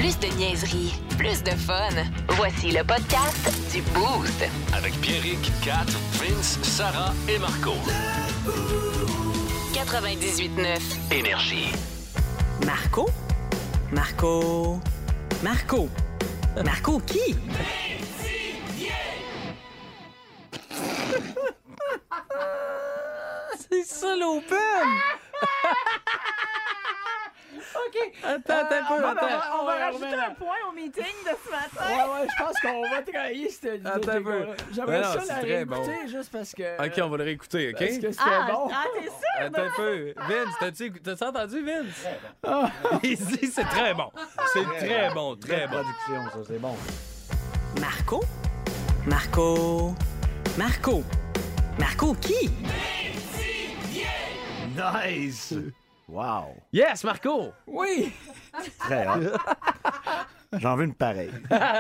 Plus de niaiserie, plus de fun. Voici le podcast du Boost. Avec Pierrick, Kat, Vince, Sarah et Marco. 98.9. Énergie. Marco? Marco qui? C'est ça l'open! OK. Attends un peu, On va rajouter un point au meeting de ce matin. Ouais, je pense qu'on va trahir cette idée. Attends un peu. J'aimerais Ben non, ça c'est la très réécouter bon. juste parce que... Ok, on va le réécouter, ok? Parce que c'était bon. T'es sûr? Attends un peu. Vince, t'as-tu entendu, Vince? Il dit c'est très bon. C'est très bon, très bon. Production, ça, c'est bon. Marco qui? Nice! Wow! Yes, Marco! Oui! Très hot. J'en veux une pareille.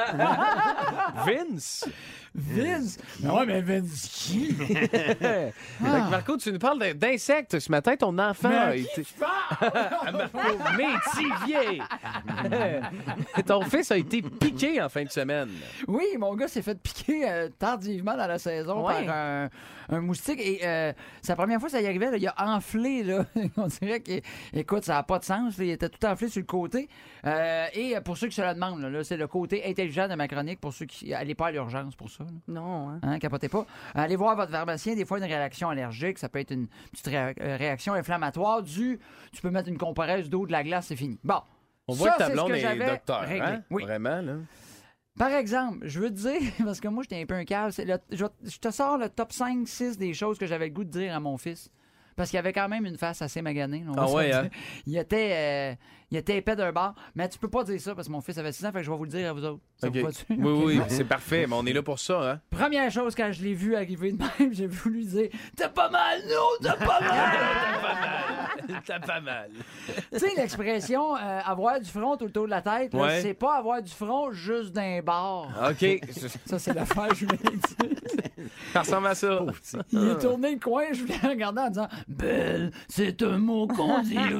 Vince! Vince! Ouais, mais Vince qui? Fait que Marco, tu nous parles d'insectes. Ce matin, ton enfant a été... Marco Métivier! Ton fils a été piqué en fin de semaine. Oui, mon gars s'est fait piquer tardivement dans la saison Ouais. par un moustique. Et c'est la première fois que ça y arrivait. Là, il a enflé. Là. On dirait qu'écoute, ça n'a pas de sens. Là. Il était tout enflé sur le côté. Et pour ceux qui se le demandent, là, c'est le côté intelligent de ma chronique pour ceux qui n'allez pas à l'urgence pour ça. Là. Non, hein. Hein, capotez pas. Allez voir votre pharmacien. Des fois, une réaction allergique, ça peut être une petite réaction inflammatoire. Tu peux mettre une compresse d'eau, de la glace, c'est fini. Bon. On voit que ta c'est ce blonde est j'avais docteur, réglé. hein? Oui. Vraiment, là. Par exemple, je veux te dire, parce que moi, j'étais un peu un cave, je te sors le top 5-6 des choses que j'avais le goût de dire à mon fils. Parce qu'il avait quand même une face assez maganée. Là, on va Ah se ouais, le hein? dire. Il était épais d'un bar. Mais tu peux pas dire ça parce que mon fils avait 6 ans, fait que je vais vous le dire à vous autres. Ça Ok. vous va-tu? Oui, c'est parfait, mais on est là pour ça, hein? Première chose, quand je l'ai vu arriver de même, j'ai voulu dire « T'as pas mal, non, t'as pas mal! » T'as pas mal. Tu sais, l'expression avoir du front tout autour de la tête, là, Ouais. c'est pas avoir du front juste d'un bar. OK. Ça, c'est l'affaire, je voulais dire. Ça ressemble à ça. Il est tourné le coin, je voulais regarder en disant « Belle, c'est un mot qu'on dirait. »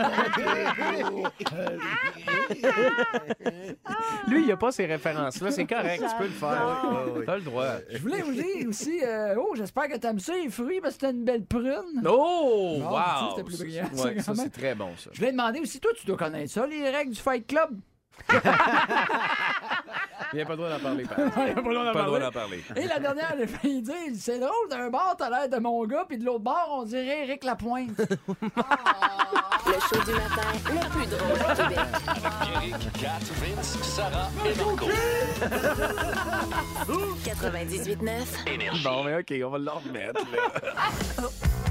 Lui, il a pas ces références-là. C'est correct, tu peux le faire. T'as le droit. Je voulais vous dire aussi, j'espère que t'aimes ça, les fruits, parce que t'as une belle prune. Oh, Non, wow! c'était plus brillant, ça, Ouais, quand ça, même. c'est très bon, ça. Je voulais demander aussi, toi, tu dois connaître ça, les règles du Fight Club. Il n'y a pas le droit d'en parler, par exemple. Il a pas le droit d'en Pas le droit parler. d'en parler. Et la dernière, j'ai failli dire, c'est drôle, d'un bord, t'as l'air de mon gars, puis de l'autre bord, on dirait Éric Lapointe. Le show du matin le plus drôle au Québec. Pierrick, Kat, Vince, Sarah et Marco. 98.9. Énergie. Bon, mais OK, on va le remettre, là.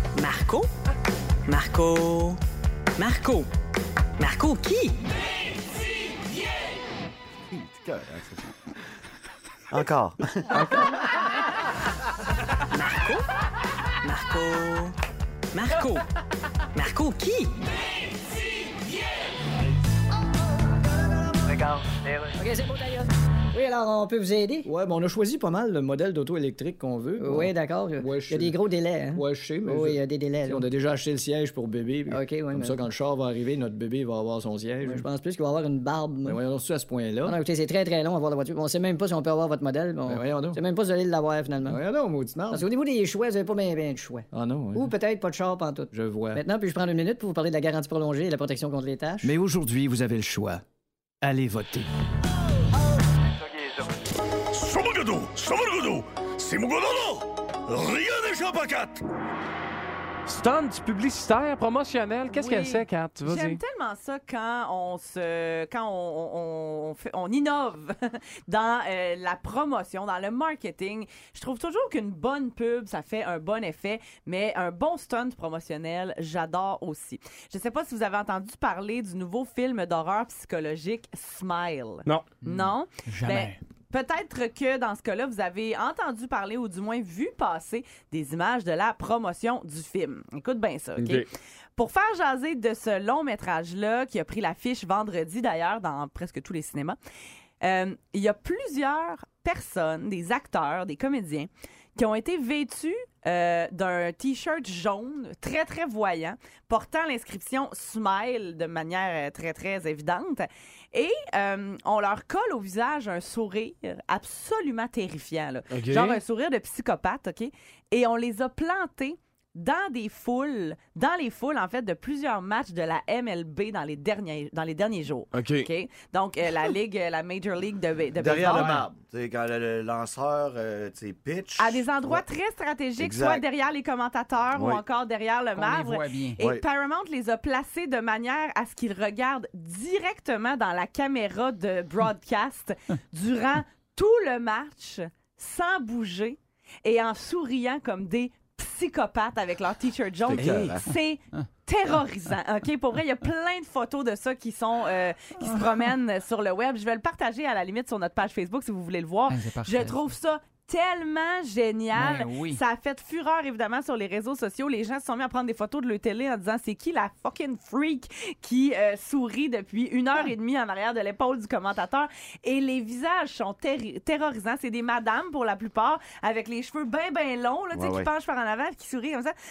Marco qui? Encore. Marco qui? OK, c'est beau, d'ailleurs. Oui, alors, on peut vous aider? Ouais, on a choisi pas mal le modèle d'auto électrique qu'on veut. Oui, d'accord. Ouais, Il y a des gros délais, hein? Ouais, je sais, mais Oui, il y a des délais, là. on a déjà acheté le siège pour bébé. puis OK, ouais, comme mais- ça, quand le char va arriver, notre bébé va avoir son siège. Je pense plus qu'il va avoir une barbe. moi. Mais voyons donc à ce point-là. Non, écoutez, c'est très, très long à voir la voiture. On sait même pas si on peut avoir votre modèle. On... Ben, voyons donc. sait même pas si vous allez l'avoir, finalement. Voyons donc, maudite marde. Parce qu'au niveau des choix, vous avez pas bien de choix. Ah non, ouais. Ou peut-être pas de char pantoute. Je vois. Maintenant, puis-je prendre une minute pour vous parler de la garantie prolongée et la protection contre les tâches? Mais aujourd'hui, vous avez le choix. Allez voter. Stunt publicitaire, promotionnel, qu'est-ce Oui. qu'elle sait, Kat? Vas-y. J'aime tellement ça quand on innove dans la promotion, dans le marketing. Je trouve toujours qu'une bonne pub, ça fait un bon effet, mais un bon stunt promotionnel, j'adore aussi. Je sais pas si vous avez entendu parler du nouveau film d'horreur psychologique Smile. Non. Non? Jamais. Peut-être que dans ce cas-là, vous avez entendu parler ou du moins vu passer des images de la promotion du film. Écoute bien ça, OK? OK. Pour faire jaser de ce long métrage-là, qui a pris l'affiche vendredi d'ailleurs dans presque tous les cinémas, il y a plusieurs personnes, des acteurs, des comédiens, qui ont été vêtus d'un T-shirt jaune, très, très voyant, portant l'inscription « Smile » de manière très, très évidente. Et on leur colle au visage un sourire absolument terrifiant. Là. Okay. Genre un sourire de psychopathe, OK? Et on les a plantés dans les foules, en fait, de plusieurs matchs de la MLB dans les derniers jours. OK. Donc, la Major League de baseball. Derrière le marbre. Quand le lanceur pitch. À des endroits très stratégiques, Exact. soit derrière les commentateurs ou encore derrière le Qu'on marbre. les voit bien. Et Oui. Paramount les a placés de manière à ce qu'ils regardent directement dans la caméra de broadcast durant tout le match, sans bouger et en souriant comme des psychopathes avec leur t-shirt jaune. C'est C'est terrorisant. OK? Pour vrai, il y a plein de photos de ça qui se promènent sur le web. Je vais le partager à la limite sur notre page Facebook si vous voulez le voir. Ah, c'est parfait, Je trouve ça tellement génial. Ben oui. Ça a fait fureur, évidemment, sur les réseaux sociaux. Les gens se sont mis à prendre des photos de leur télé en disant c'est qui la fucking freak qui sourit depuis 1h30 en arrière de l'épaule du commentateur. Et les visages sont terrorisants. C'est des madames, pour la plupart, avec les cheveux bien, bien longs, là, tu sais, qui penchent par en avant et qui sourient comme ça,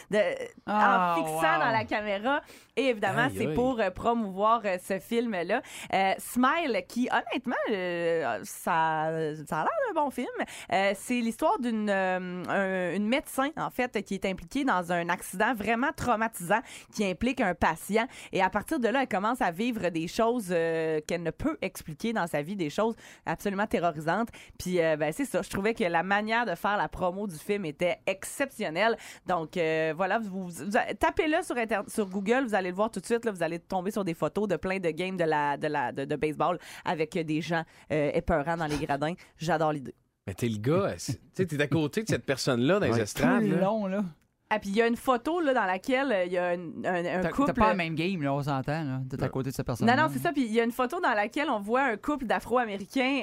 en fixant dans la caméra. Et évidemment, Aïe, c'est aïe. pour promouvoir ce film-là. Smile, qui, honnêtement, ça a l'air d'un bon film. C'est l'histoire d'une une médecin, en fait, qui est impliquée dans un accident vraiment traumatisant qui implique un patient. Et à partir de là, elle commence à vivre des choses qu'elle ne peut expliquer dans sa vie, des choses absolument terrorisantes. Puis, c'est ça. Je trouvais que la manière de faire la promo du film était exceptionnelle. Donc, voilà, vous tapez-le sur Google, vous allez le voir tout de suite. Là, vous allez tomber sur des photos de plein de games de baseball avec des gens épeurants dans les gradins. J'adore l'idée. Mais t'es le gars, tu sais, t'es à côté de cette personne-là dans les Tout estrades. le là. long, là. Ah, puis il y a une photo là, dans laquelle il y a un couple. T'as pas le même game, là, on s'entend. Là. T'es à côté de cette personne. Non, c'est ça. Puis il y a une photo dans laquelle on voit un couple d'Afro-Américains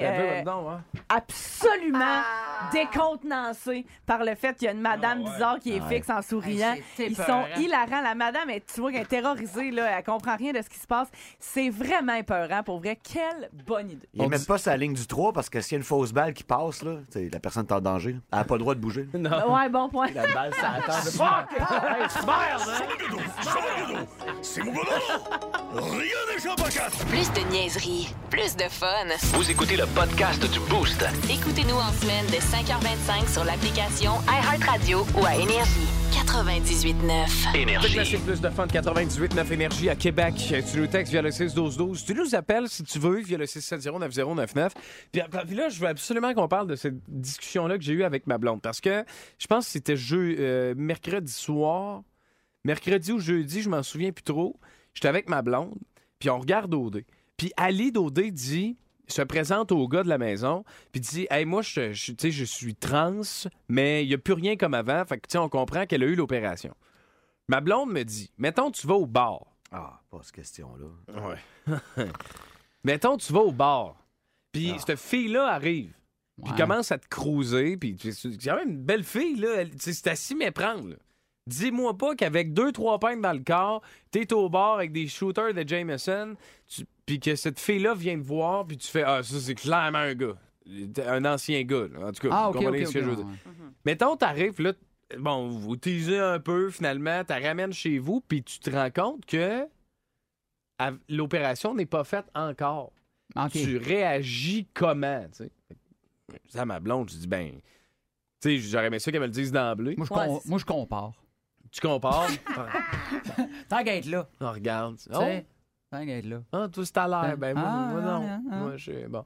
absolument décontenancé par le fait qu'il y a une madame bizarre qui est fixe en souriant. C'est Ils sont épeurant. hilarants. La madame, tu vois qu'elle est terrorisée. Là, elle comprend rien de ce qui se passe. C'est vraiment épeurant. Pour vrai, quelle bonne idée. Il n'est même pas sur la ligne du 3 parce que s'il y a une fausse balle qui passe, là, la personne est en danger. Elle n'a pas le droit de bouger. Non. Ouais, bon point. La balle, ça attend. C'est mon bonheur! Rien n'échappe à quatre! Plus de niaiserie, plus de fun. Vous écoutez le podcast du Boost. Écoutez-nous en semaine de 5h25 sur l'application iHeartRadio ou à Énergie. 98.9. Le Énergie. classique plus de fun 98.9 Énergie à Québec. Tu nous textes via le 6-12-12. Tu nous appelles si tu veux via le 670-9099. Puis là, je veux absolument qu'on parle de cette discussion-là que j'ai eue avec ma blonde parce que je pense que c'était mercredi soir. Mercredi ou jeudi, je m'en souviens plus trop. J'étais avec ma blonde, puis on regarde OD. Puis Ali d'OD se présente au gars de la maison, puis dit « Hey, moi, je suis trans, mais il n'y a plus rien comme avant. » Fait que, tu sais, on comprend qu'elle a eu l'opération. Ma blonde me dit « Mettons, tu vas au bar. Ah, pas cette question-là. » Ouais. Mettons, tu vas au bar. Puis cette fille-là arrive. Puis commence à te cruiser. Puis c'est quand même une belle fille, là. C'est à s'y méprendre, là. Dis-moi pas qu'avec 2-3 pintes dans le corps, t'es au bar avec des shooters de Jameson, puis que cette fille-là vient te voir, puis tu fais « Ah, ça, c'est clairement un gars. Un ancien gars. Là. » En tout cas, vous comprenez ce que je veux dire. Mettons, t'arrives, là, bon, vous teasez un peu, finalement, t'as ramènes chez vous, puis tu te rends compte que l'opération n'est pas faite encore. Okay. Tu réagis comment, tu sais? Ça, ma blonde, je dis, ben, tu sais, j'aurais aimé ça qu'elle me le dise d'emblée. Moi, je compare. Tu compares? Tant qu'à être là. On regarde. Tu sais, tant qu'à être là. Ah, toi, c'est à l'air. Ben, moi non. Moi, je bon.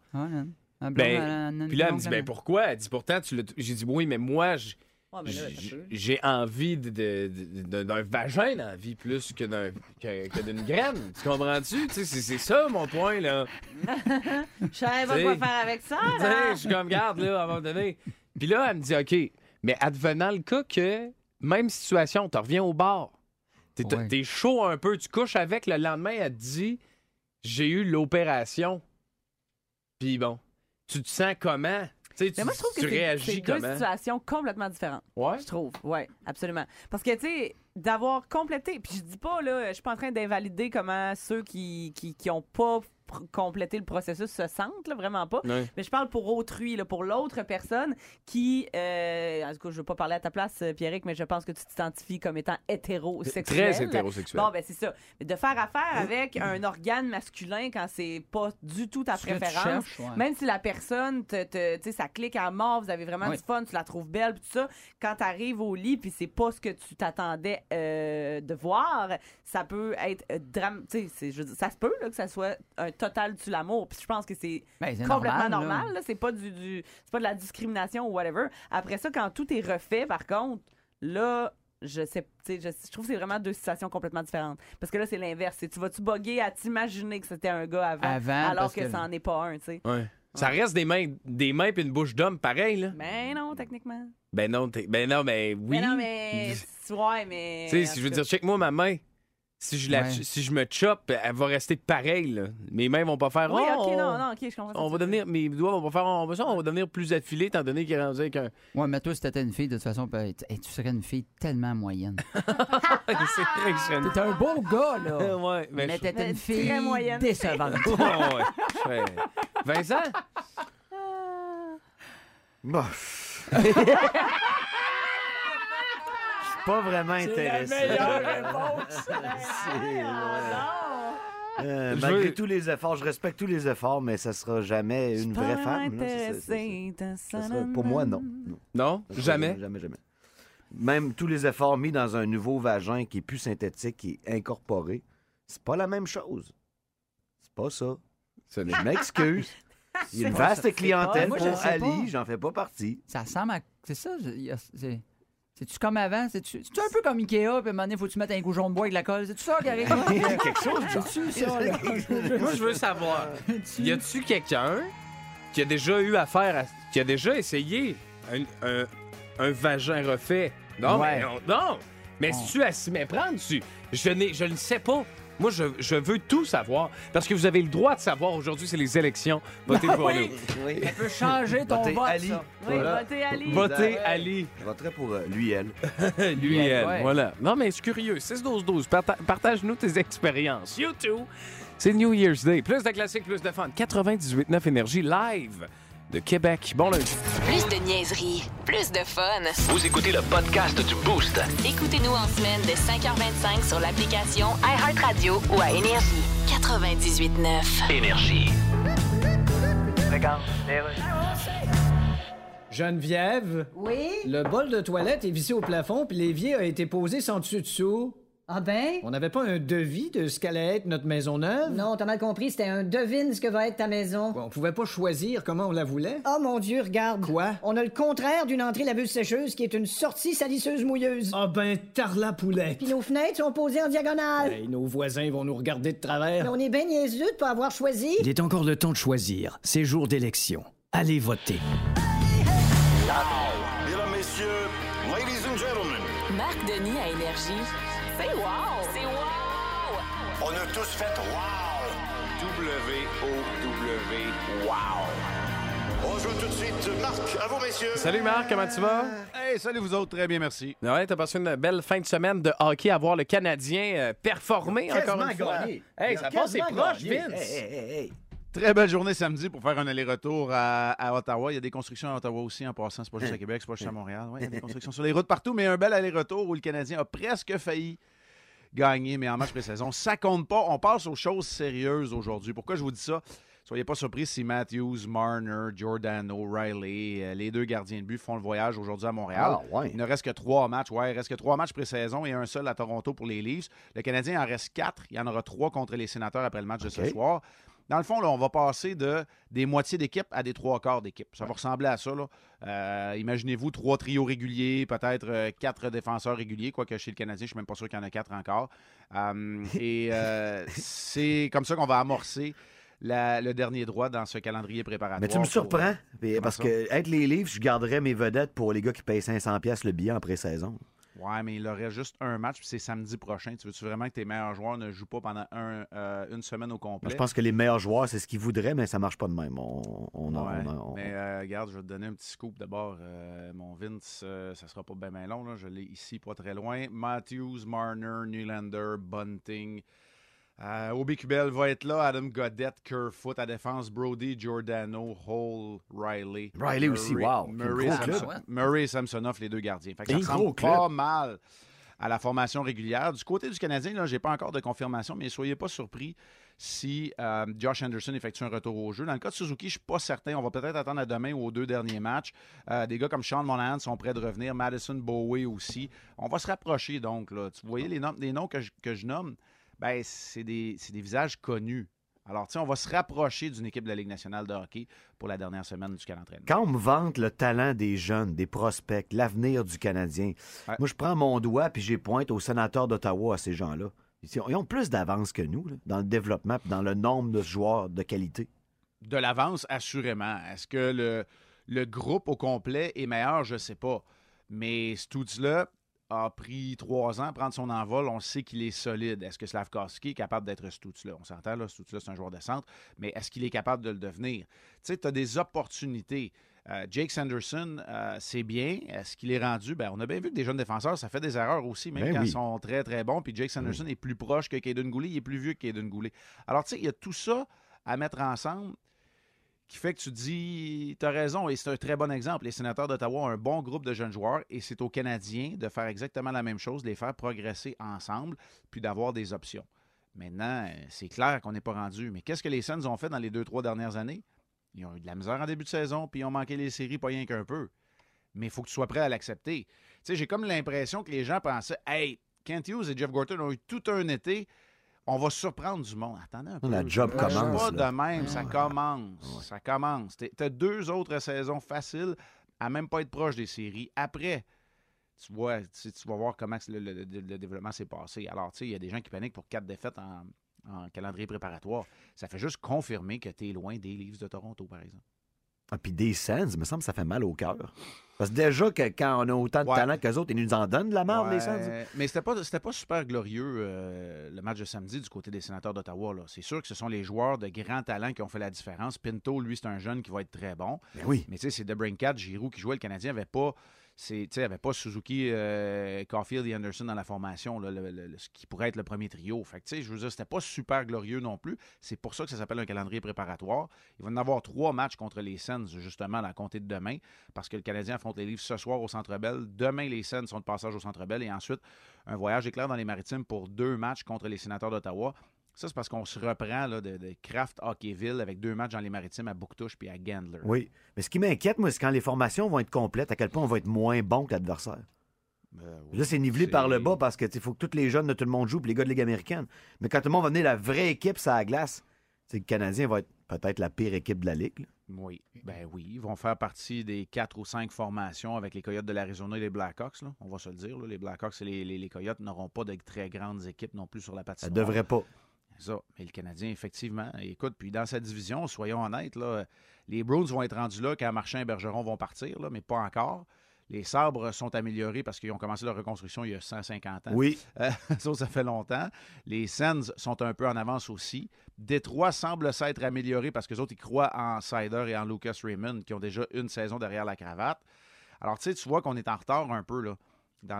Ben, puis là, elle me dit, ben, pourquoi? Elle dit, pourtant, j'ai dit, oui, mais moi, j'ai envie d'un vagin dans la vie plus que d'une graine. Tu comprends-tu? Tu sais, c'est ça, mon point, là. Je savais pas quoi faire avec ça, là. Je suis comme, garde, là, à un moment donné. Puis là, elle me dit, OK, mais advenant le cas que, même situation, tu reviens au bar. T'es chaud un peu, tu couches avec, le lendemain, elle te dit, j'ai eu l'opération. Puis bon, tu te sens comment? Mais moi, je trouve que c'est deux comment? situations complètement différentes. Ouais? Je trouve, oui, absolument. Parce que, tu sais, d'avoir complété, puis je dis pas, là, je suis pas en train d'invalider comment ceux qui ont pas compléter le processus se sentent, là, vraiment pas. Ouais. Mais je parle pour autrui, là, pour l'autre personne qui, en tout cas, je veux pas parler à ta place, Pierrick, mais je pense que tu t'identifies comme étant hétérosexuel. Très hétérosexuel. Bon, ben c'est ça. Mais de faire affaire avec un organe masculin quand c'est pas du tout ta Ce que tu préférence, cherches, ouais. même si la personne, tu sais, ça clique à mort, vous avez vraiment Oui. du fun, tu la trouves belle, puis tout ça, quand t'arrives au lit, puis c'est pas ce que tu t'attendais de voir, ça peut être tu sais, je veux dire, ça se peut là, que ça soit un total tue l'amour, puis je pense que c'est Ben, c'est complètement normal, là. normal, là. C'est pas c'est pas de la discrimination ou whatever. Après ça, quand tout est refait, par contre, là, je sais, tu sais, je trouve que c'est vraiment deux situations complètement différentes. Parce que là, c'est l'inverse. Tu vas-tu bugger à t'imaginer que c'était un gars avant alors parce que ça en est pas un, tu sais. Ouais. Ça reste des mains puis une bouche d'homme, pareil, là. Mais non, techniquement. Ben non, mais oui. Mais non, mais... Ouais, mais... Tu sais, si je veux dire, check-moi ma main. Si je me chope, elle va rester pareille, là. Mes mains vont pas faire... Oui, OK, oh, non, OK, je comprends. On va devenir... Mes doigts vont pas faire... On va devenir plus affilés, étant donné qu'il est rendu avec un... Ouais, mais toi, si t'étais une fille, de toute façon, tu serais une fille tellement moyenne. C'est vrai que je T'es un beau gars, là. Ouais, Mais t'étais une fille très moyenne. décevante. Ouais, je serais- Vincent? Bof. Pas vraiment intéressé. Je Malgré veux- tous les efforts, je respecte tous les efforts, mais ça sera jamais une vraie femme. là. Ça sera- pour moi, non. Non? Ça sera Jamais? Jamais. Même tous les efforts mis dans un nouveau vagin qui est plus synthétique, qui est incorporé, c'est pas la même chose. C'est pas ça. Ce n'est- Je m'excuse. Il y a une C'est pas vaste ça. clientèle Moi, je pour sais Ali, pas. j'en fais pas partie. Ça ressemble à... C'est ça? C'est-tu comme avant? C'est-tu un peu comme Ikea, puis à un moment donné, faut-tu mettre un goujon de bois avec de la colle? C'est-tu ça qui arrive? Quelque chose, genre. C'est-tu ça, là? Moi, je veux savoir, y a-tu quelqu'un qui a déjà eu affaire à... qui a déjà essayé un vagin refait? Non, Ouais. mais non! Mais si tu à s'y méprendre dessus, je ne sais pas. Moi, je veux tout savoir. Parce que vous avez le droit de savoir. Aujourd'hui, c'est les élections. Votez pour nous. Oui. Ça peut changer ton Votez vote, Ali. ça. Oui, Voilà. votez Ali. Votez Ali. Je voterai pour lui, elle. Lui et elle. Ouais. Voilà. Non, mais c'est curieux. 6-12-12. Partage-nous tes expériences. YouTube. C'est New Year's Day. Plus de classiques, plus de fun. 98.9 Énergie live de Québec. Bon lundi. Plus de niaiserie, plus de fun. Vous écoutez le podcast du Boost. Écoutez-nous en semaine de 5h25 sur l'application iHeartRadio ou à Énergie. 98.9. Énergie. Geneviève? Oui? Le bol de toilette est vissé au plafond, puis l'évier a été posé sans dessus-dessous. Ah ben? On n'avait pas un devis de ce qu'allait être notre maison neuve? Non, t'as mal compris, c'était un devine ce que va être ta maison. On pouvait pas choisir comment on la voulait? Oh mon Dieu, regarde. Quoi? On a le contraire d'une entrée laveuse sécheuse qui est une sortie salisseuse mouilleuse. Ah ben, tarla poulet! Puis nos fenêtres sont posées en diagonale. Hey, nos voisins vont nous regarder de travers. Mais on est bien niaiseux de pas avoir choisi. Il est encore le temps de choisir. C'est jour d'élection. Allez voter. Mesdames, messieurs, ladies and gentlemen, Marc Denis à Énergie. C'est wow! C'est wow! on a tous fait wow! W-O-W, wow! On joue tout de suite. Marc, à vous, messieurs. Salut Marc, comment tu vas? Hey, salut vous autres, très bien, merci. Ouais, t'as passé une belle fin de semaine de hockey à voir le Canadien performer encore une fois. Hey, ça passe, c'est proche, Vince. Très belle journée samedi pour faire un aller-retour à Ottawa. Il y a des constructions à Ottawa aussi en passant. C'est pas juste à Québec, c'est pas juste à Montréal. Ouais, il y a des constructions sur les routes partout, mais un bel aller-retour où le Canadien a presque failli gagner, mais en match pré-saison, ça compte pas. On passe aux choses sérieuses aujourd'hui. Pourquoi je vous dis ça? Soyez pas surpris si Matthews, Marner, Giordano, Riley, les deux gardiens de but font le voyage aujourd'hui à Montréal. Ah, ouais. Il ne reste que 3 matchs. Ouais, il reste que 3 matchs pré-saison et un seul à Toronto pour les Leafs. Le Canadien en reste 4. Il y en aura 3 contre les Sénateurs après le match de ce soir. Dans le fond, là, on va passer des moitiés d'équipe à des 3/4 d'équipe. Ça va ressembler à ça. Là. Imaginez-vous 3 trios réguliers, peut-être 4 défenseurs réguliers, quoique chez le Canadien, je ne suis même pas sûr qu'il y en a 4 encore. C'est comme ça qu'on va amorcer le dernier droit dans ce calendrier préparatoire. Mais tu me surprends, parce ça? que être les livres, je garderais mes vedettes pour les gars qui payent 500$ le billet en pré-saison. Ouais, mais il aurait juste un match, puis c'est samedi prochain. Tu veux-tu vraiment que tes meilleurs joueurs ne jouent pas pendant une semaine au complet? Je pense que les meilleurs joueurs, c'est ce qu'ils voudraient, mais ça marche pas de même. Mais regarde, je vais te donner un petit scoop d'abord. Mon Vince, ça sera pas bien long. Là. Je l'ai ici, pas très loin. Matthews, Marner, Nylander, Bunting, Obi Kubel va être là. Adam Goddett, Kerfoot. À défense, Brody, Giordano, Hall, Riley. Riley aussi, wow. Murray et Samsonov, les deux gardiens. Fait que ça Un ressemble gros club. pas mal à la formation régulière. Du côté du Canadien, je n'ai pas encore de confirmation, mais soyez pas surpris si Josh Anderson effectue un retour au jeu. Dans le cas de Suzuki, je ne suis pas certain. On va peut-être attendre à demain ou aux 2 derniers matchs. Des gars comme Sean Monahan sont prêts de revenir. Madison Bowie aussi. On va se rapprocher, donc. Là. Tu voyez les noms que je nomme? Ben, c'est des visages connus. Alors, on va se rapprocher d'une équipe de la Ligue nationale de hockey pour la dernière semaine du camp d'entraînement. Quand on me vante le talent des jeunes, des prospects, l'avenir du Canadien, moi, je prends mon doigt puis j'ai pointe aux sénateurs d'Ottawa à ces gens-là. Ils ont plus d'avance que nous là, dans le développement et dans le nombre de joueurs de qualité. De l'avance, assurément. Est-ce que le groupe au complet est meilleur? Je ne sais pas. Mais Stutz-là a pris 3 ans à prendre son envol. On sait qu'il est solide. Est-ce que Slavkovski est capable d'être Stutz-là? On s'entend, là, Stutz-là, c'est un joueur de centre. Mais est-ce qu'il est capable de le devenir? Tu sais, tu as des opportunités. Jake Sanderson, c'est bien. Est-ce qu'il est rendu? On a bien vu que des jeunes défenseurs, ça fait des erreurs aussi, même quand ils sont très, très bons. Puis Jake Sanderson est plus proche que Caden Goulet. Il est plus vieux que Caden Goulet. Alors, tu sais, il y a tout ça à mettre ensemble qui fait que tu dis, tu as raison, et c'est un très bon exemple. Les Sénateurs d'Ottawa ont un bon groupe de jeunes joueurs et c'est aux Canadiens de faire exactement la même chose, de les faire progresser ensemble, puis d'avoir des options. Maintenant, c'est clair qu'on n'est pas rendu. Mais qu'est-ce que les Sens ont fait dans les 2-3 dernières années? Ils ont eu de la misère en début de saison, puis ils ont manqué les séries pas rien qu'un peu. Mais il faut que tu sois prêt à l'accepter. Tu sais, j'ai comme l'impression que les gens pensaient, hey, Kent Hughes et Jeff Gorton ont eu tout un été, on va surprendre du monde. Attendez un peu. La job commence. Pas de même, ça commence. Ça commence. Tu as 2 autres saisons faciles à même pas être proche des séries. Après, tu vas voir comment le développement s'est passé. Alors, tu sais, il y a des gens qui paniquent pour 4 défaites en calendrier préparatoire. Ça fait juste confirmer que tu es loin des Leafs de Toronto, par exemple. Ah, puis des Sens, il me semble que ça fait mal au cœur. Parce que déjà, que quand on a autant de talent qu'eux autres, ils nous en donnent de la merde, les Sens. Mais c'était pas super glorieux, le match de samedi du côté des Sénateurs d'Ottawa. Là. C'est sûr que ce sont les joueurs de grand talent qui ont fait la différence. Pinto, lui, c'est un jeune qui va être très bon. Oui. Mais tu sais, c'est DeBrincat, Giroux qui jouait. Le Canadien n'avait pas... avait pas Suzuki, Caulfield et Anderson dans la formation, là, ce qui pourrait être le premier trio. Fait que, je veux dire, c'était pas super glorieux non plus. C'est pour ça que ça s'appelle un calendrier préparatoire. Il va y en avoir 3 matchs contre les Sens, justement, à la compter de demain, parce que le Canadien affronte les Leafs ce soir au Centre Bell. Demain, les Sens sont de passage au Centre Bell et ensuite, un voyage éclair dans les Maritimes pour 2 matchs contre les Sénateurs d'Ottawa. Ça, c'est parce qu'on se reprend là, de Kraft Hockeyville avec 2 matchs dans les Maritimes à Bouctouche puis à Gandler. Oui. Mais ce qui m'inquiète, moi, c'est quand les formations vont être complètes, à quel point on va être moins bon que l'adversaire. Oui, là, c'est nivelé par le bas parce que faut que tous les jeunes de tout le monde jouent puis les gars de Ligue américaine. Mais quand tout le monde va venir la vraie équipe sur la glace, le Canadien va être peut-être la pire équipe de la Ligue. Là. Oui. Oui. Ils vont faire partie des 4 ou 5 formations avec les Coyotes de l'Arizona et les Blackhawks. Là. On va se le dire. Là. Les Blackhawks et les Coyotes n'auront pas de très grandes équipes non plus sur la patinoire. Ça devrait pas. Ça. Mais le Canadien, effectivement, écoute, puis dans sa division, soyons honnêtes, là, les Bruins vont être rendus là quand Marchand et Bergeron vont partir, là, mais pas encore. Les Sabres sont améliorés parce qu'ils ont commencé leur reconstruction il y a 150 ans. Oui. Ça fait longtemps. Les Sens sont un peu en avance aussi. Détroit semble s'être amélioré parce que les autres, ils croient en Seider et en Lucas Raymond qui ont déjà une saison derrière la cravate. Alors, tu vois qu'on est en retard un peu, là. Dans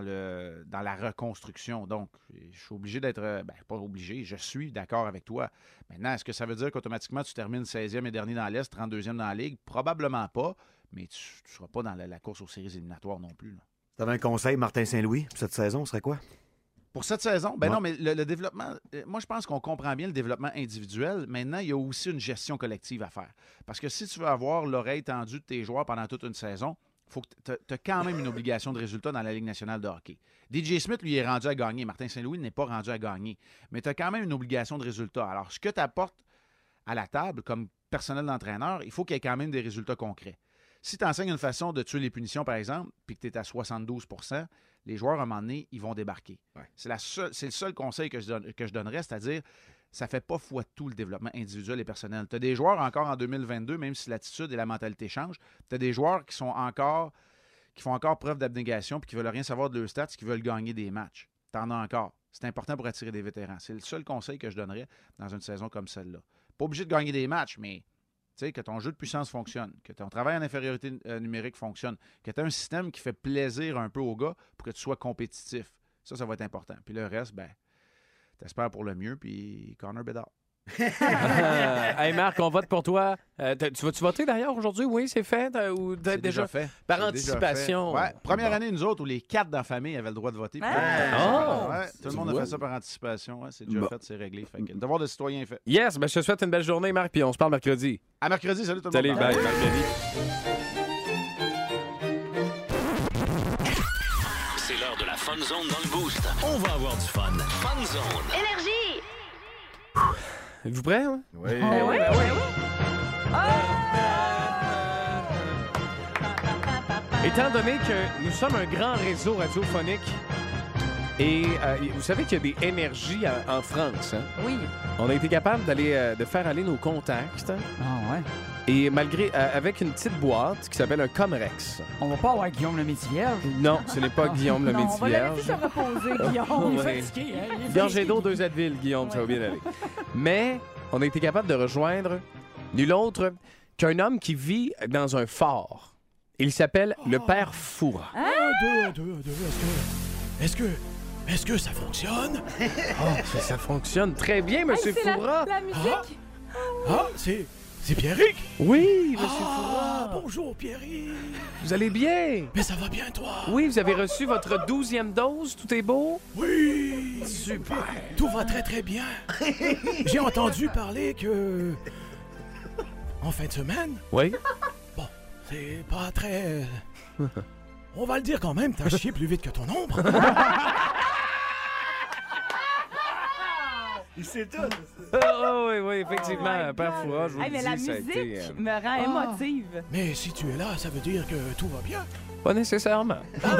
la reconstruction. Donc, je suis obligé d'être... pas obligé, je suis d'accord avec toi. Maintenant, est-ce que ça veut dire qu'automatiquement, tu termines 16e et dernier dans l'Est, 32e dans la Ligue? Probablement pas, mais tu ne seras pas dans la course aux séries éliminatoires non plus. Tu avais un conseil, Martin Saint-Louis, pour cette saison, ce serait quoi? Pour cette saison? Non, mais le développement... moi, je pense qu'on comprend bien le développement individuel. Maintenant, il y a aussi une gestion collective à faire. Parce que si tu veux avoir l'oreille tendue de tes joueurs pendant toute une saison... faut que tu as quand même une obligation de résultat dans la Ligue nationale de hockey. DJ Smith, lui, est rendu à gagner. Martin Saint-Louis n'est pas rendu à gagner. Mais tu as quand même une obligation de résultat. Alors, ce que tu apportes à la table comme personnel d'entraîneur, il faut qu'il y ait quand même des résultats concrets. Si tu enseignes une façon de tuer les punitions, par exemple, puis que tu es à 72 %, les joueurs, à un moment donné, ils vont débarquer. Ouais. C'est le seul conseil que je donnerais, c'est-à-dire ça ne fait pas foi de tout le développement individuel et personnel. Tu as des joueurs encore en 2022, même si l'attitude et la mentalité changent, tu as des joueurs qui font encore preuve d'abnégation puis qui ne veulent rien savoir de leur stats, qui veulent gagner des matchs. Tu en as encore. C'est important pour attirer des vétérans. C'est le seul conseil que je donnerais dans une saison comme celle-là. Pas obligé de gagner des matchs, mais que ton jeu de puissance fonctionne, que ton travail en infériorité numérique fonctionne, que tu as un système qui fait plaisir un peu aux gars pour que tu sois compétitif. Ça va être important. Puis le reste, t'espères pour le mieux, puis Connor Bedard. Hey Marc, on vote pour toi. Tu vas-tu voter d'ailleurs aujourd'hui? Oui, c'est fait? Ou C'est déjà fait. Par C'est anticipation? déjà fait. Ouais, première année, nous autres, où les 4 dans la famille avaient le droit de voter. Puis tout le monde a fait ça par anticipation. Ouais, c'est déjà fait, c'est réglé. Fait que le devoir de citoyen est fait. Yes, ben je te souhaite une belle journée, Marc, puis on se parle mercredi. À mercredi, salut tout le Salut, monde. bye, mercredi. C'est l'heure de la Fun Zone dans le Boost. On va avoir du fun. Fun Zone. Énergie! Êtes-vous prêts? Hein? Oui. Oui. Étant donné que nous sommes un grand réseau radiophonique, et vous savez qu'il y a des énergies en France, hein? Oui. On a été capable de faire aller nos contacts, Ah ouais. et malgré avec une petite boîte qui s'appelle un Comrex. On va pas avoir Guillaume le Métis-Vierge. Non, ce n'est pas Guillaume le Non, on va le laisser Métis-Vierge. se reposer, Guillaume. Ouais. Gorgée d'eau, 2 Advil, Guillaume, ça va bien aller. Mais on a été capable de rejoindre nul autre qu'un homme qui vit dans un fort. Il s'appelle le Père Fouras. Est-ce que ça fonctionne? Ça fonctionne très bien, Monsieur Hey, c'est Fouras. la musique. Ah, c'est Pierrick? Oui, Monsieur Fouras. Bonjour, Pierrick. Vous allez bien? Mais ça va bien, toi? Oui, vous avez reçu votre 12e dose. Tout est beau? Oui. Super. Tout va très, très bien. J'ai entendu parler que... En fin de semaine, Oui? bon, c'est pas très... On va le dire quand même, t'as chié plus vite que ton ombre. Il sait tout. Oui, effectivement, Père Fouras, je vous Hey, le mais la dis, ça a musique été... me rend émotive. Mais si tu es là, ça veut dire que tout va bien. Pas nécessairement.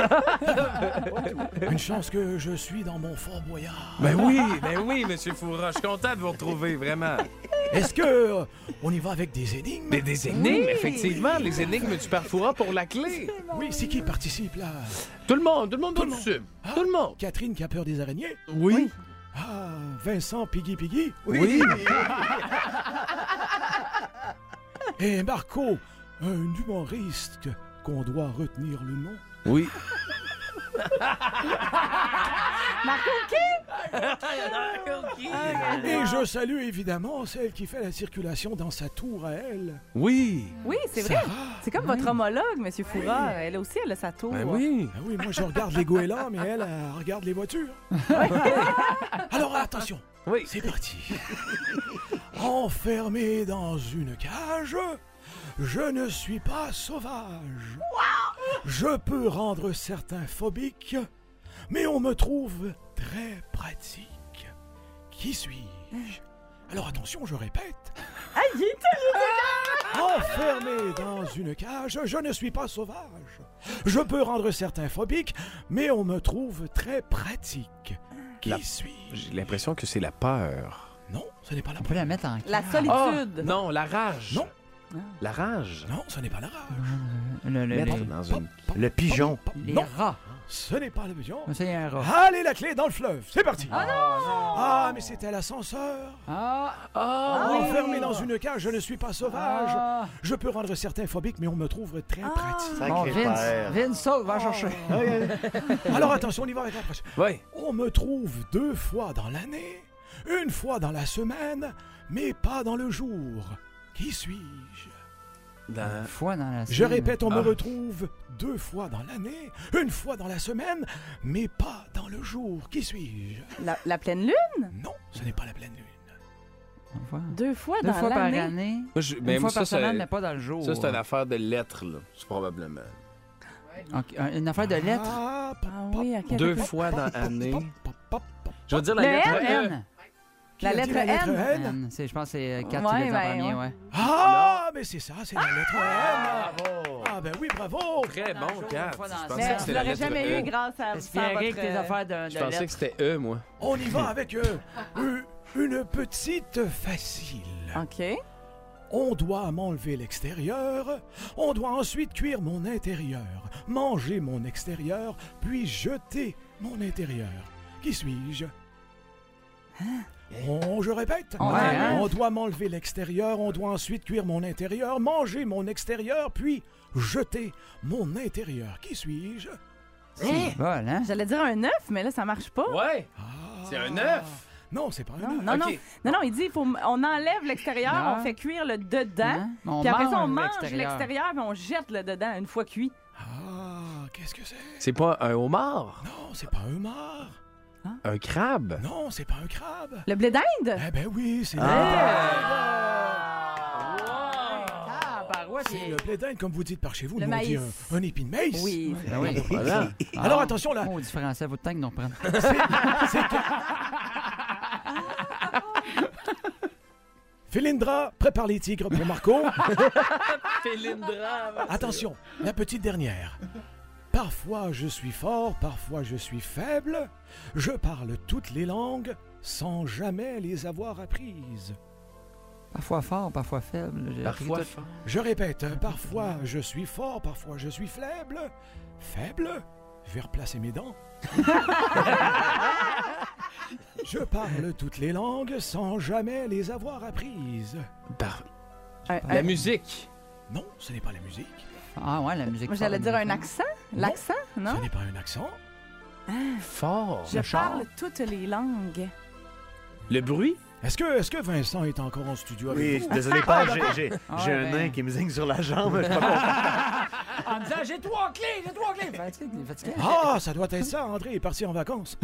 Une chance que je suis dans mon Fort Boyard. Ben oui, Monsieur Fouras, je suis content de vous retrouver, vraiment. Est-ce que on y va avec des énigmes? Des énigmes, effectivement, les énigmes du Père Fouras pour la clé. Oui, c'est qui participe là? Tout le monde doit Tout le le monde. suivre. Ah, Tout le monde. Catherine qui a peur des araignées? Oui. Ah, Vincent Piggy. Oui. Et Marco, un humoriste qu'on doit retenir le nom. Oui. Marco, Et je salue évidemment celle qui fait la circulation dans sa tour à elle. Oui. Oui, c'est vrai. C'est comme votre homologue, Monsieur Fouras. Elle aussi, elle a sa tour. Ben oui. Ah oui, moi je regarde les goélands, mais elle regarde les voitures. Alors attention, Oui. c'est parti. Enfermé dans une cage, je ne suis pas sauvage. Je peux rendre certains phobiques, mais on me trouve très pratique. Qui suis-je? Alors attention, je répète. Enfermé dans une cage, je ne suis pas sauvage. Je peux rendre certains phobiques, mais on me trouve très pratique. Qui suis-je? J'ai l'impression que c'est la peur. Non, ce n'est pas la On peut la mettre en... La Ah, solitude. non, la rage. Non. La rage. Non, ce n'est pas la rage. Mettre dans une... Le pigeon. Les Non, rats. ce n'est pas le pigeon. C'est un rat. Allez, la clé dans le fleuve, c'est parti. Ah, mais c'était l'ascenseur. Enfermé dans une cage, je ne suis pas sauvage. Je peux rendre certains phobiques, mais on me trouve très pratique. Bon, Sacré père. Vince, saute, va chercher. Alors attention, on y va avec la prochaine. Oui. On me trouve 2 fois dans l'année, 1 fois dans la semaine, mais pas dans le jour. Qui suis-je? Une fois dans la Je semaine. répète, on me retrouve 2 fois dans l'année, 1 fois dans la semaine, mais pas dans le jour. Qui suis-je? La pleine lune? Non, ce n'est pas la pleine lune. Une fois. 2 fois Deux dans fois par l'année. année. Mais Une fois ça, par c'est- semaine, mais pas dans le jour. Ça, c'est une affaire de lettres, là. C'est probablement. Ok, une affaire de lettres. Ah, Ah oui, à quel 2 point? fois dans l'année. pop. Je veux dire la Le lettre N? E. N. Qui La a dit lettre N? N. Je pense que c'est 4 Ouais, lettres en ben, premier, ouais. ouais. Ah, mais c'est ça, c'est la lettre N. Bravo. Ah, ben oui, bravo. Très bon, Kat. fois dans Je la pensais Mais que tu c'était la l'aurais lettre jamais E. eu grâce à Espérer que tes votre... affaires de Je pensais que lettres. c'était E, moi. On y va avec une petite facile. OK. On doit m'enlever l'extérieur, on doit ensuite cuire mon intérieur, manger mon extérieur, puis jeter mon intérieur. Qui suis-je? Je répète. Ouais, hein? On doit m'enlever l'extérieur, on doit ensuite cuire mon intérieur, manger mon extérieur, puis jeter mon intérieur. Qui suis-je? C'est bon, hein? J'allais dire un œuf, mais là, ça marche pas. Ouais. C'est un œuf. Non, c'est pas un Non, œuf. non, Ok. non, il dit on enlève l'extérieur, Non. on fait cuire le dedans, Hein? On puis après ça, on mange mange l'extérieur, puis on jette le dedans une fois cuit. Ah, qu'est-ce que c'est? C'est pas un homard? Non, c'est pas un homard. Un crabe? Non, c'est pas un crabe. Le blé d'Inde? Eh ben oui, c'est c'est le blé d'Inde, comme vous dites par chez vous. Le Nous, on dit maïs. un épi de maïs. Oui. Ben oui. Voilà. Alors attention là. On dit français, faut de temps que nous reprenne. Philindra, prépare les tigres pour Marco. Philindra. Attention, la petite dernière. Parfois je suis fort, parfois je suis faible. Je parle toutes les langues sans jamais les avoir apprises. Parfois fort, parfois faible. J'ai appris Parfois tout. fort. Je répète, parfois je suis fort, parfois je suis faible. Faible? Je vais replacer mes dents. Je parle toutes les langues sans jamais les avoir apprises. La musique. Non, ce n'est pas la musique. Ah ouais, la musique. Moi, j'allais forte, dire la un musique. accent? L'accent, non? Ce n'est pas un accent. Fort. Je parle toutes les langues. Le bruit? Est-ce que Vincent est encore en studio avec Oui, vous? désolé, Père, j'ai Ah, un ben. nain qui me zigne sur la jambe. Je sais pas En disant j'ai 3 clés. Fatigué, il est fatigué. Ah, ça doit être ça, André est parti en vacances.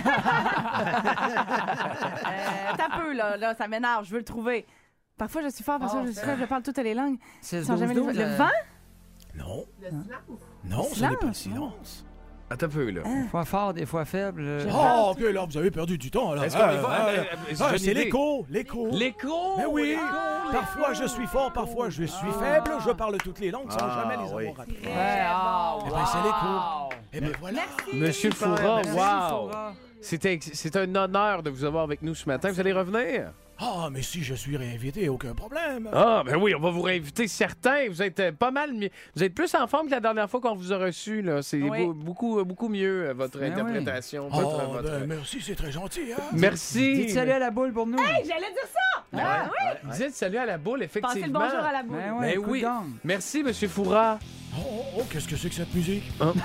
T'as peu, là, ça m'énerve, je veux le trouver. Parfois, je suis fort, parfois, je suis faible, je parle toutes les langues. C'est Sans jamais le vent? Non. Non, ce silence, n'est pas le non. silence. Attends un peu, là. Des fois fort, des fois faible. Oh, ok, là, vous avez perdu du temps. Là. Est-ce qu'on est C'est l'écho, l'écho. L'écho! Mais oui, l'écho, parfois je suis fort, parfois je suis faible, je parle toutes les langues sans Ah, jamais les oui. avoir apprises. Eh ben, c'est l'écho. Eh ben, voilà. Monsieur Super, Foura, merci, wow! C'est un honneur de vous avoir avec nous ce matin. Vous allez revenir? Ah, mais si je suis réinvité, aucun problème. Ah, ben oui, on va vous réinviter certains. Vous êtes pas mal mieux. Vous êtes plus en forme que la dernière fois qu'on vous a reçu. Là. C'est Oui. beaucoup mieux, votre Ben interprétation. Oh, votre- ben, merci, c'est très gentil. Hein? Merci. Dites salut à la boule pour nous. Hey, j'allais dire ça! Ah, oui! Dites salut à la boule, Passez le effectivement. bonjour à la boule. Ben ouais, Ben coup oui. de gong. Merci, Monsieur Foura. Oh, qu'est-ce que c'est que cette musique?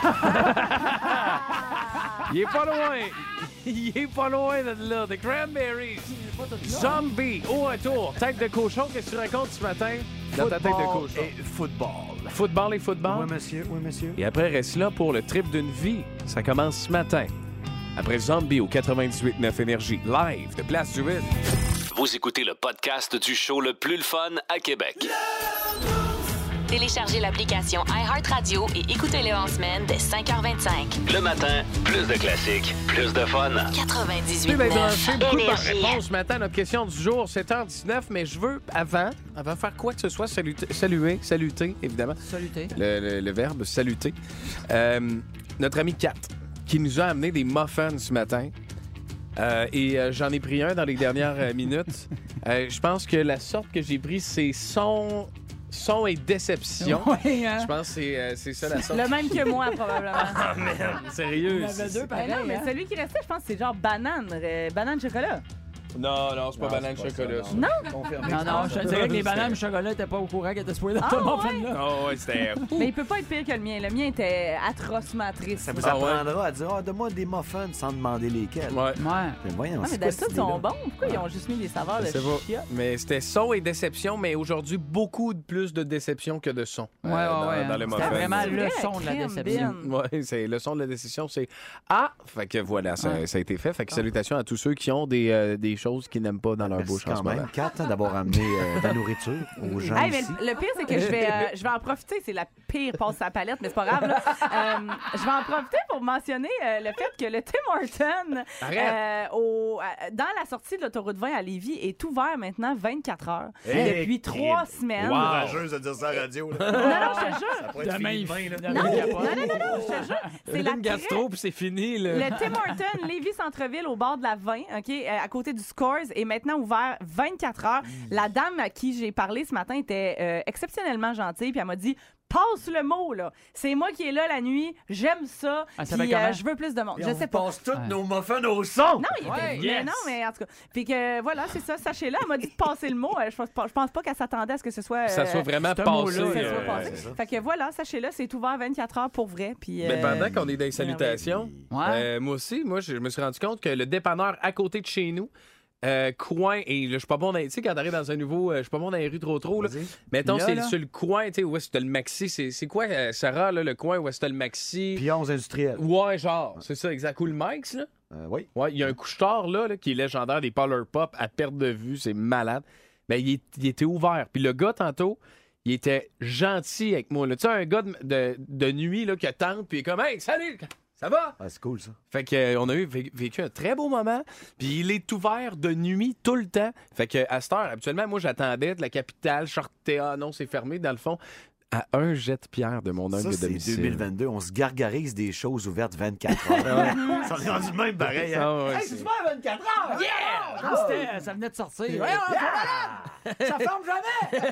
Il est pas loin. Il est pas loin de là. The Cranberries. Zombie. Au retour. Tête de cochon. Qu'est-ce que tu racontes ce matin dans ta tête de Football cochon? et football. Football et football. Oui, monsieur, oui, monsieur. Et après, reste là pour le trip d'une vie. Ça commence ce matin. Après Zombie au 98.9 Énergie. Live de Place du Vide. Vous écoutez le podcast du show le plus le fun à Québec. Téléchargez l'application iHeartRadio et écoutez-le en semaine dès 5h25. Le matin, plus de classiques, plus de fun. 98.9 Beaucoup de Énergie. réponses ce matin à notre question du jour, 7h19. Mais je veux, avant faire quoi que ce soit, saluter, évidemment. Saluté. Le verbe saluter. Notre ami Kat, qui nous a amené des muffins ce matin. Et j'en ai pris un dans les dernières minutes. Je pense que la sorte que j'ai pris, c'est son et déception. Oui, hein? Je pense que c'est ça la sorte. Le même que moi, probablement. Ah, merde, sérieux. Il y en avait deux Ben pareil. non, mais hein? celui qui restait, je pense que c'est genre banane. Banane chocolat. Non, c'est pas banane chocolat. ça. Non? Non, je te dirais que les bananes au chocolat n'étaient pas au courant qu'elles étaient spoilées dans ce muffin-là. Oh, ouais, c'était. Mais il peut pas être pire que le mien. Le mien était atrocement triste. Ça vous Ah ouais? apprendra à dire, donne-moi des muffins sans demander lesquels. Ouais. Ouais. Mais voyons, Ah, mais c'est quoi d'habitude, cette ils sont idée-là? bons. Pourquoi ils ont juste mis des saveurs de Je sais pas. chiottes? Mais c'était son et déception, mais aujourd'hui, beaucoup plus de déception que de son. Ouais, dans ouais. le C'était muffin. vraiment le Très son de la crème, déception. Ben. Ouais, c'est le son de la décision, c'est fait que voilà, ça a été fait. Fait que salutations à tous ceux qui ont des choses qu'ils n'aiment pas dans leur Merci bouche en quand ce moment. même, Kat, d'avoir amené de la nourriture aux gens Hey, mais ici. le pire, c'est que je vais en profiter. C'est la pire passe à la palette, mais c'est pas grave. Là. Je vais en profiter pour mentionner le fait que le Tim Hortons, Arrête. dans la sortie de l'autoroute 20 à Lévis, est ouvert maintenant 24 heures. Hey, depuis 3 semaines. Wow. Courageuse de dire ça à la radio. Non, non, je te jure. Demain, il fait. Non, non, je te jure. C'est la Une gastro, puis c'est fini. Là. Le Tim Hortons, Lévis-Centreville, au bord de la 20, OK, à côté du Scores, est maintenant ouvert 24 heures. La dame à qui j'ai parlé ce matin était exceptionnellement gentille, puis elle m'a dit passe le mot, là. C'est moi qui est là la nuit, j'aime ça, Ah, ça puis fait comment? je veux plus de monde. Et Je on sais vous pas. passe tous nos muffins au son. Non, il était... Yes. mais non, mais en tout cas. Puis que voilà, c'est ça, sachez-le. Elle m'a dit de passer le mot. Je pense pas qu'elle s'attendait à ce que ce soit... Ça soit vraiment ce passé. mot-là, que ça soit passé. c'est ça. Fait que voilà, sachez-le, c'est ouvert 24 heures pour vrai. Puis, Mais pendant qu'on est dans les salutations, Ouais. moi aussi, je me suis rendu compte que le dépanneur à côté de chez nous, coin, et là, je suis pas bon dans, tu sais, quand t'arrives dans un nouveau, je suis pas bon dans les rues trop, là. Mettons, Là, c'est là. sur le coin, tu sais, où est-ce que t'as le Maxi, c'est quoi, Sarah, là, le coin où est-ce que t'as le Maxi? Pions industriels. Ouais, genre, c'est ça, exact. Ou le Mike's, là. Oui. Ouais, il y a un couche-tard, là, qui est légendaire, des Polar Pop à perte de vue, c'est malade. Ben, il était ouvert. Puis le gars, tantôt, il était gentil avec moi, là. Tu sais, un gars de nuit, là, qui tente, puis il est comme, hey, salut! Ça va? Ah, c'est cool, ça. Fait que on a vécu un très beau moment. Puis il est ouvert de nuit tout le temps. Fait que à cette heure, habituellement, moi, j'attendais de la capitale, je sortais, non, c'est fermé, dans le fond, à un jet de pierre de mon Ça, oncle de c'est domicile. 2022. On se gargarise des choses ouvertes 24 heures. Ça est rendu même pareil. Hein? Ah ouais, Hey, c'est- c'est super 24 heures! Yeah! Comme ça venait de sortir. Voyons, ça ferme jamais!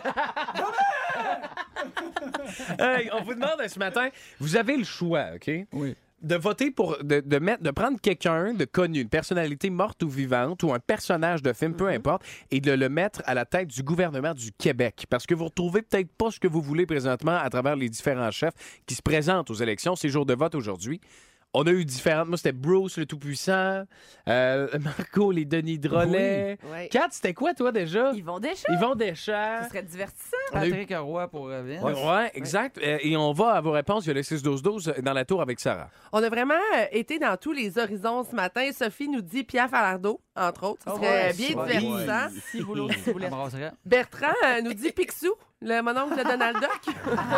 Hey, on vous demande ce matin, vous avez le choix, OK? Oui. De voter pour de prendre quelqu'un de connu, une personnalité morte ou vivante ou un personnage de film, peu importe, et de le mettre à la tête du gouvernement du Québec. Parce que vous retrouvez peut-être pas ce que vous voulez présentement à travers les différents chefs qui se présentent aux élections. C'est jour de vote aujourd'hui. On a eu différentes. Moi, c'était Bruce, le Tout-Puissant. Marco, les Denis Drolet. Oui. Kat, c'était quoi, toi, déjà? Yvon Deschamps. Yvon Deschamps. Ce serait divertissant. Patrick Roy pour Vince. Ouais, exact. Et on va à vos réponses. Il y a le 6-12-12 dans la tour avec Sarah. On a vraiment été dans tous les horizons ce matin. Sophie nous dit Pierre Falardeau, entre autres. Ce serait bien divertissant. Si vous voulez. Brasserie. Bertrand nous dit Picsou, le mononcle de Donald Duck.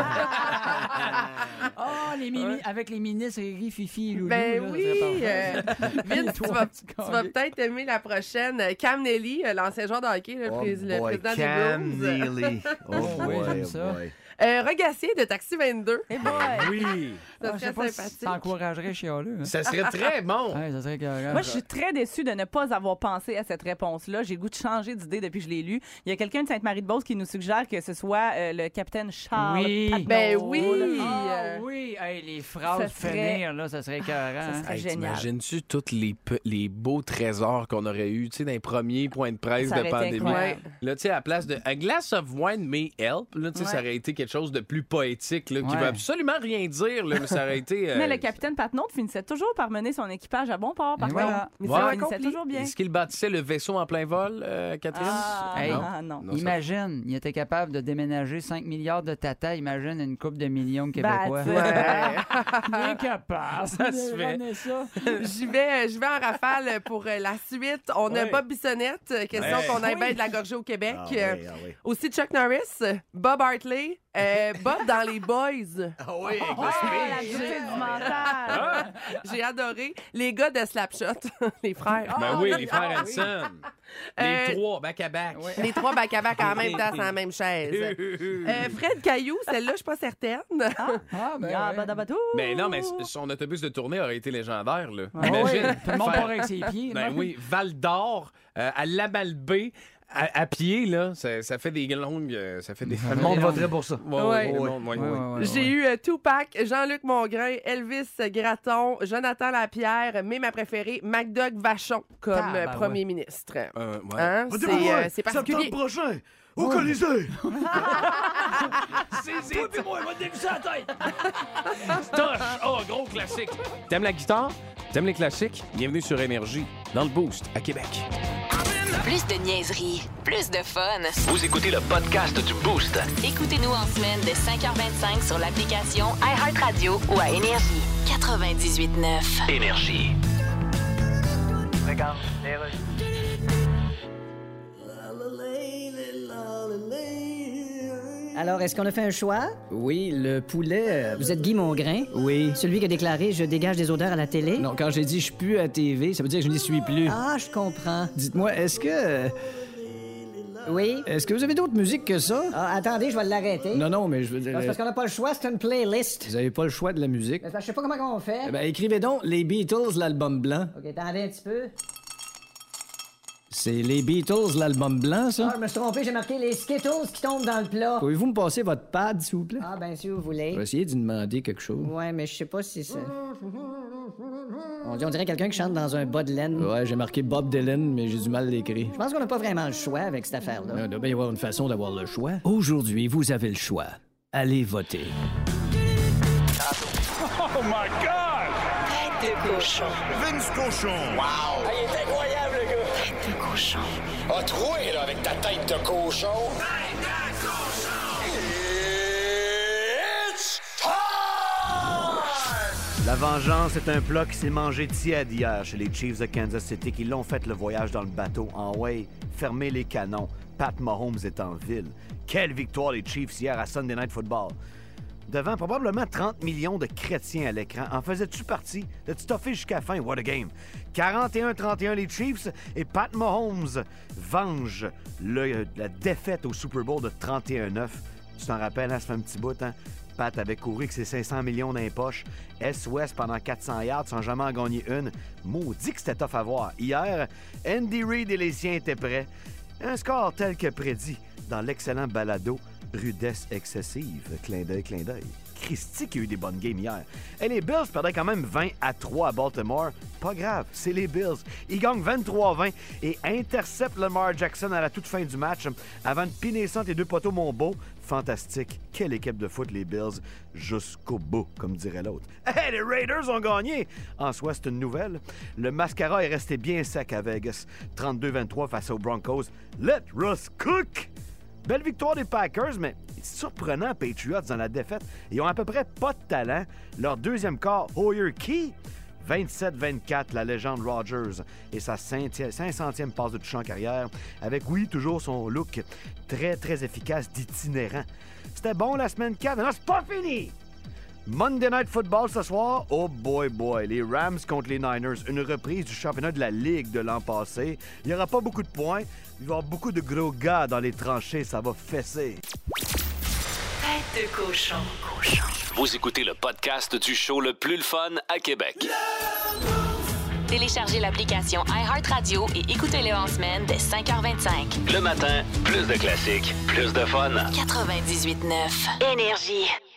Ah, avec les ministres Riri, Fifi et Loulou. Ben là, oui. c'est parfait. Vince, tu vas peut-être aimer la prochaine. Cam Nelly, l'ancien joueur de hockey, le président des Cam Blues. Neely. Oh, oui, boy, j'aime oh, ça. boy. Regacier de Taxi 22. Eh boy. Oui. Ça Je sais serait pas si sympathique. ça encouragerait Chialeux. Hein. Ça serait très bon. Ouais, ça serait carré. Moi, je suis très déçue de ne pas avoir pensé à cette réponse-là. J'ai le goût de changer d'idée depuis que je l'ai lu. Il y a quelqu'un de Sainte-Marie-de-Beauce qui nous suggère que ce soit le capitaine Charles Oui. Patnaud. Ben oui. Ah oui, hey, les phrases Ça serait- finir, là, ça serait carré. Ça serait Hey, génial. t'imagines-tu tous les beaux trésors qu'on aurait eu, tu sais, dans les premiers points de presse Ça de aurait été pandémie. incroyable. Là, tu sais, à la place de A glass of wine may help, là, tu sais, Ouais. ça aurait été quelque chose de plus poétique, là, qui Ouais. veut absolument rien dire, là, mais ça aurait été. Mais le capitaine Patnaud finissait toujours par mener son équipage à bon port, par Et contre. voilà. Mais Ouais. ça finissait toujours bien. Est-ce qu'il bâtissait le vaisseau en plein vol, Catherine? Ah, Hey. non. Non, ça- Imagine, il était capable de déménager 5 milliards de tatas. Imagine une couple de millions de Ben, Québécois. tu sais. Il est capable. Ça se fait. J'y vais en rafale pour la suite. On a Ouais. Bob Bissonnette, question Ouais. qu'on aille bien de la gorgée au Québec. Ah oui, ah oui. Aussi Chuck Norris, Bob Hartley, Bob dans les Boys. Ah oui, avec le Ah, speech. la beauté du mental. J'ai adoré. Les gars de Slapshot, les frères. Ben oui, les frères Hanson. Les Euh, trois, back-à-back. Les trois back-à-back en même temps sur la même chaise. Fred Caillou, celle-là, je suis pas certaine. Ah, ben, Ah, ouais. badabatou. Mais non, mais son autobus de tournée aurait été légendaire, là. Ah oui, tout le monde faire- part avec ses pieds. Ben là. oui, Val d'Or, à Lamalbé, à pied, là, ça fait des longues. Ça fait des. Le monde voterait pour ça. Ouais, Ouais. le monde, ouais, Ouais, ouais. ouais, ouais, J'ai eu Tupac, Jean-Luc Mongrain, Elvis Gratton, Jonathan Lapierre, mais ma préférée, MacDoug Vachon comme Tabarouette. premier ministre. Ouais. Hein? C'est particulier. Septembre prochain, au Colisée. C'est moi, va dévisser la tête! Toche! Oh, gros classique! T'aimes la guitare? T'aimes les classiques? Bienvenue sur Énergie, dans le Boost, à Québec. Plus de niaiserie, plus de fun. Vous écoutez le podcast du Boost. Écoutez-nous en semaine de 5h25 sur l'application iHeartRadio ou à Énergie. 98.9. Énergie. Alors, est-ce qu'on a fait un choix? Oui, le poulet. Vous êtes Guy Mongrain? Oui. Celui qui a déclaré « Je dégage des odeurs à la télé ». Non, quand j'ai dit je pue à TV, ça veut dire que je n'y suis plus. Ah, je comprends. Dites-moi, est-ce que. Oui? Est-ce que vous avez d'autres musiques que ça? Ah, attendez, je vais l'arrêter. Non, non, mais je veux dire. Ah, c'est parce qu'on n'a pas le choix, c'est une playlist. Vous avez pas le choix de la musique. Mais c'est parce que je sais pas comment on fait. Eh ben, écrivez donc Les Beatles, l'album blanc. OK, attendez un petit peu. C'est les Beatles, l'album blanc, ça? Ah, je me suis trompé, j'ai marqué les Skittles qui tombent dans le plat. Pouvez-vous me passer votre pad, s'il vous plaît? Ah, ben, si vous voulez. Je vais essayer d'y demander quelque chose. Ouais, mais je sais pas si c'est... On dirait quelqu'un qui chante dans un bas de laine. Ouais, j'ai marqué Bob Dylan, mais j'ai du mal à l'écrire. Je pense qu'on n'a pas vraiment le choix avec cette affaire-là. Il doit bien y avoir une façon d'avoir le choix. Aujourd'hui, vous avez le choix. Allez voter. Oh my God! Tête de cochon. Vince Cochon. Wow! Ah, il est incroyable, le gars! Tête de cochon. A troué, là, avec ta tête de cochon. Tête de cochon! It's time! La vengeance est un plat qui s'est mangé tiède hier chez les Chiefs de Kansas City qui l'ont fait le voyage dans le bateau en way. Fermez les canons. Pat Mahomes est en ville. Quelle victoire les Chiefs hier à Sunday Night Football. Devant probablement 30 millions de chrétiens à l'écran. En faisais-tu partie? T'as-tu toffé jusqu'à la fin? What a game! 41-31 les Chiefs et Pat Mahomes venge la défaite au Super Bowl de 31-9. Tu t'en rappelles, hein? Ça fait un petit bout, hein? Pat avait couru avec ses 500 millions dans les poches. Est-Ouest pendant 400 yards sans jamais en gagner une. Maudit que c'était tough à voir. Hier, Andy Reid et les siens étaient prêts. Un score tel que prédit dans l'excellent balado Rudesse excessive. Clin d'œil, clin d'œil. Christy qui a eu des bonnes games hier. Et les Bills perdaient quand même 20-3 à Baltimore. Pas grave, c'est les Bills. Ils gagnent 23-20 et interceptent Lamar Jackson à la toute fin du match avant de piner ça entre les deux poteaux Monbeau. Fantastique. Quelle équipe de foot, les Bills. Jusqu'au bout, comme dirait l'autre. Hey, les Raiders ont gagné! En soi, c'est une nouvelle. Le mascara est resté bien sec à Vegas. 32-23 face aux Broncos. Let Russ cook! Belle victoire des Packers, mais surprenant Patriots dans la défaite. Ils ont à peu près pas de talent. Leur deuxième quart, Hoyer Key, 27-24, la légende Rodgers et sa 500e passe de touche en carrière, avec, oui, toujours son look très, très efficace d'itinérant. C'était bon la semaine 4, mais non, c'est pas fini! Monday Night Football ce soir, oh boy, les Rams contre les Niners, une reprise du championnat de la Ligue de l'an passé. Il n'y aura pas beaucoup de points, il va y avoir beaucoup de gros gars dans les tranchées, ça va fesser. Tête de cochon. Vous écoutez le podcast du show le plus le fun à Québec. Téléchargez l'application iHeartRadio et écoutez-le en semaine dès 5h25. Le matin, plus de classiques, plus de fun. 98.9 Énergie.